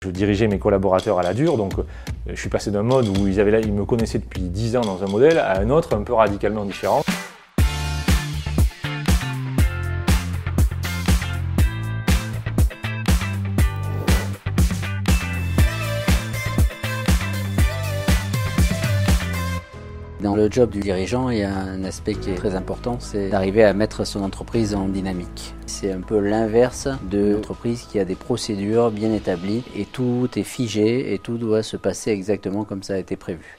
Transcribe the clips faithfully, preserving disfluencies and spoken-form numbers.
Je dirigeais mes collaborateurs à la dure, donc je suis passé d'un mode où ils, avaient là, ils me connaissaient depuis dix ans dans un modèle à un autre un peu radicalement différent. Dans le job du dirigeant, il y a un aspect qui est très important, c'est d'arriver à mettre son entreprise en dynamique. C'est un peu l'inverse de l'entreprise qui a des procédures bien établies et tout est figé et tout doit se passer exactement comme ça a été prévu.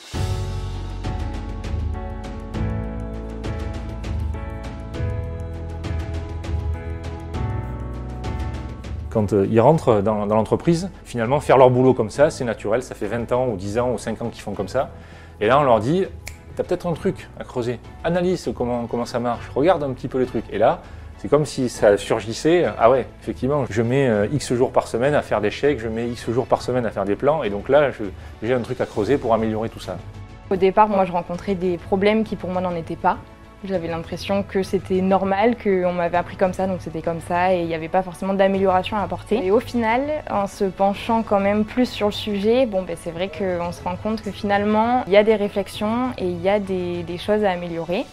Quand euh, ils rentrent dans, dans l'entreprise, finalement faire leur boulot comme ça, c'est naturel, ça fait vingt ans ou dix ans ou cinq ans qu'ils font comme ça. Et là on leur dit, t'as peut-être un truc à creuser, analyse comment, comment ça marche, regarde un petit peu les trucs. Et là, c'est comme si ça surgissait, ah ouais, effectivement, je mets euh, X jours par semaine à faire des chèques, je mets X jours par semaine à faire des plans, et donc là, je, j'ai un truc à creuser pour améliorer tout ça. Au départ, moi je rencontrais des problèmes qui pour moi n'en étaient pas. J'avais l'impression que c'était normal, qu'on m'avait appris comme ça, donc c'était comme ça, et il n'y avait pas forcément d'amélioration à apporter. Et au final, en se penchant quand même plus sur le sujet, bon, ben, c'est vrai qu'on se rend compte que finalement, il y a des réflexions et il y a des, des choses à améliorer.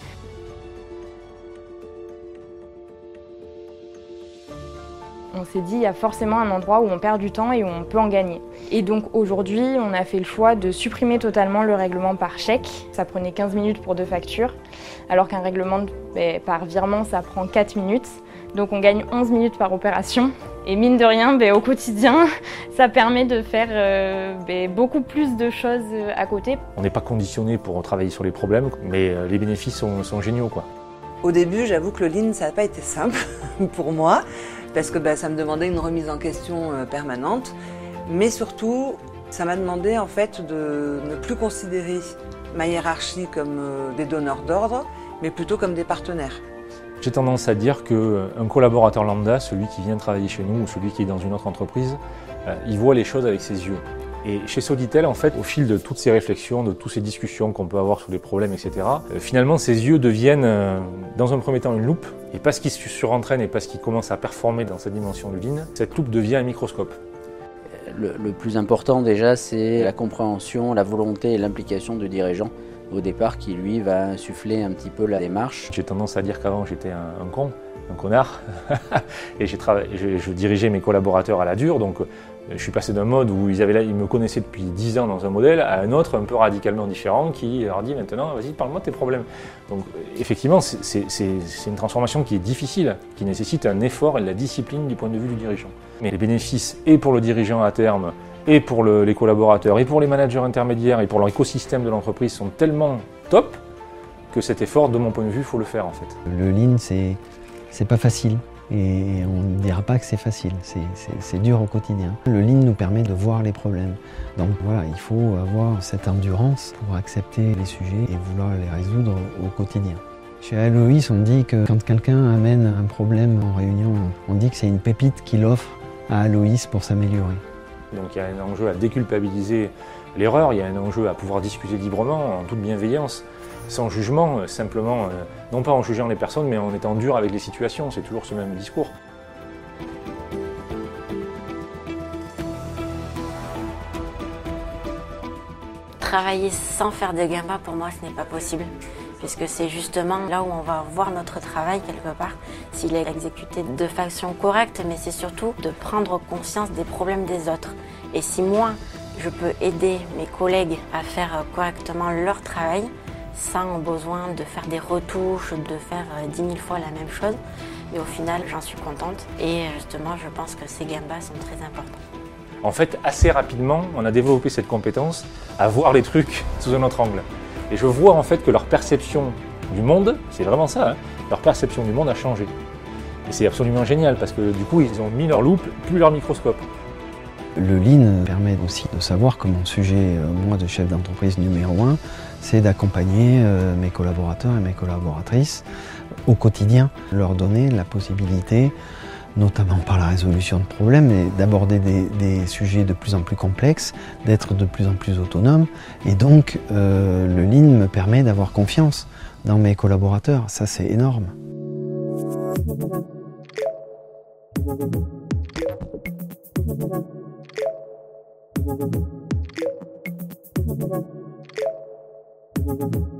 On s'est dit, il y a forcément un endroit où on perd du temps et où on peut en gagner. Et donc aujourd'hui, on a fait le choix de supprimer totalement le règlement par chèque. Ça prenait quinze minutes pour deux factures, alors qu'un règlement ben, par virement, ça prend quatre minutes. Donc on gagne onze minutes par opération. Et mine de rien, ben, au quotidien, ça permet de faire euh, ben, beaucoup plus de choses à côté. On n'est pas conditionné pour travailler sur les problèmes, mais les bénéfices sont, sont géniaux, quoi. Au début, j'avoue que le lean, ça n'a pas été simple pour moi, parce que bah, ça me demandait une remise en question euh, permanente, mais surtout, ça m'a demandé en fait de ne plus considérer ma hiérarchie comme euh, des donneurs d'ordre, mais plutôt comme des partenaires. J'ai tendance à dire qu'un collaborateur lambda, celui qui vient travailler chez nous ou celui qui est dans une autre entreprise, euh, il voit les choses avec ses yeux. Et chez Soditel, en fait, au fil de toutes ces réflexions, de toutes ces discussions qu'on peut avoir sur les problèmes, et cetera, euh, finalement, ses yeux deviennent, euh, dans un premier temps, une loupe. Et parce qu'il se surentraîne et parce qu'il commence à performer dans cette dimension du lean, cette loupe devient un microscope. Le, le plus important déjà, c'est la compréhension, la volonté et l'implication du dirigeant au départ qui, lui, va insuffler un petit peu la démarche. J'ai tendance à dire qu'avant, j'étais un, un con, un connard, et j'ai travaillé, je, je dirigeais mes collaborateurs à la dure, donc je suis passé d'un mode où ils, avaient là, ils me connaissaient depuis dix ans dans un modèle à un autre un peu radicalement différent qui leur dit maintenant vas-y parle-moi de tes problèmes. Donc effectivement c'est, c'est, c'est, c'est une transformation qui est difficile, qui nécessite un effort et de la discipline du point de vue du dirigeant. Mais les bénéfices et pour le dirigeant à terme, et pour le, les collaborateurs, et pour les managers intermédiaires, et pour l'écosystème de l'entreprise sont tellement top que cet effort, de mon point de vue, il faut le faire en fait. Le lean, c'est, c'est pas facile. Et on ne dira pas que c'est facile, c'est, c'est, c'est dur au quotidien. Le lean nous permet de voir les problèmes. Donc voilà, il faut avoir cette endurance pour accepter les sujets et vouloir les résoudre au quotidien. Chez Aloïs, on dit que quand quelqu'un amène un problème en réunion, on dit que c'est une pépite qu'il offre à Aloïs pour s'améliorer. Donc il y a un enjeu à déculpabiliser l'erreur, il y a un enjeu à pouvoir discuter librement, en toute bienveillance, sans jugement, simplement, euh, non pas en jugeant les personnes, mais en étant dur avec les situations, c'est toujours ce même discours. Travailler sans faire de Gemba, pour moi, ce n'est pas possible, puisque c'est justement là où on va voir notre travail quelque part, s'il est exécuté de façon correcte, mais c'est surtout de prendre conscience des problèmes des autres. Et si moi, je peux aider mes collègues à faire correctement leur travail, sans besoin de faire des retouches, de faire dix mille fois la même chose. Mais au final, j'en suis contente. Et justement, je pense que ces Gemba sont très importants. En fait, assez rapidement, on a développé cette compétence à voir les trucs sous un autre angle. Et je vois en fait que leur perception du monde, c'est vraiment ça, hein, leur perception du monde a changé. Et c'est absolument génial parce que du coup, ils ont mis leur loupe, plus leur microscope. Le lean permet aussi de savoir que mon sujet, moi, de chef d'entreprise numéro un, c'est d'accompagner mes collaborateurs et mes collaboratrices au quotidien, leur donner la possibilité, notamment par la résolution de problèmes, et d'aborder des, des sujets de plus en plus complexes, d'être de plus en plus autonome. Et donc, euh, le lean me permet d'avoir confiance dans mes collaborateurs. Ça, c'est énorme. Thank you.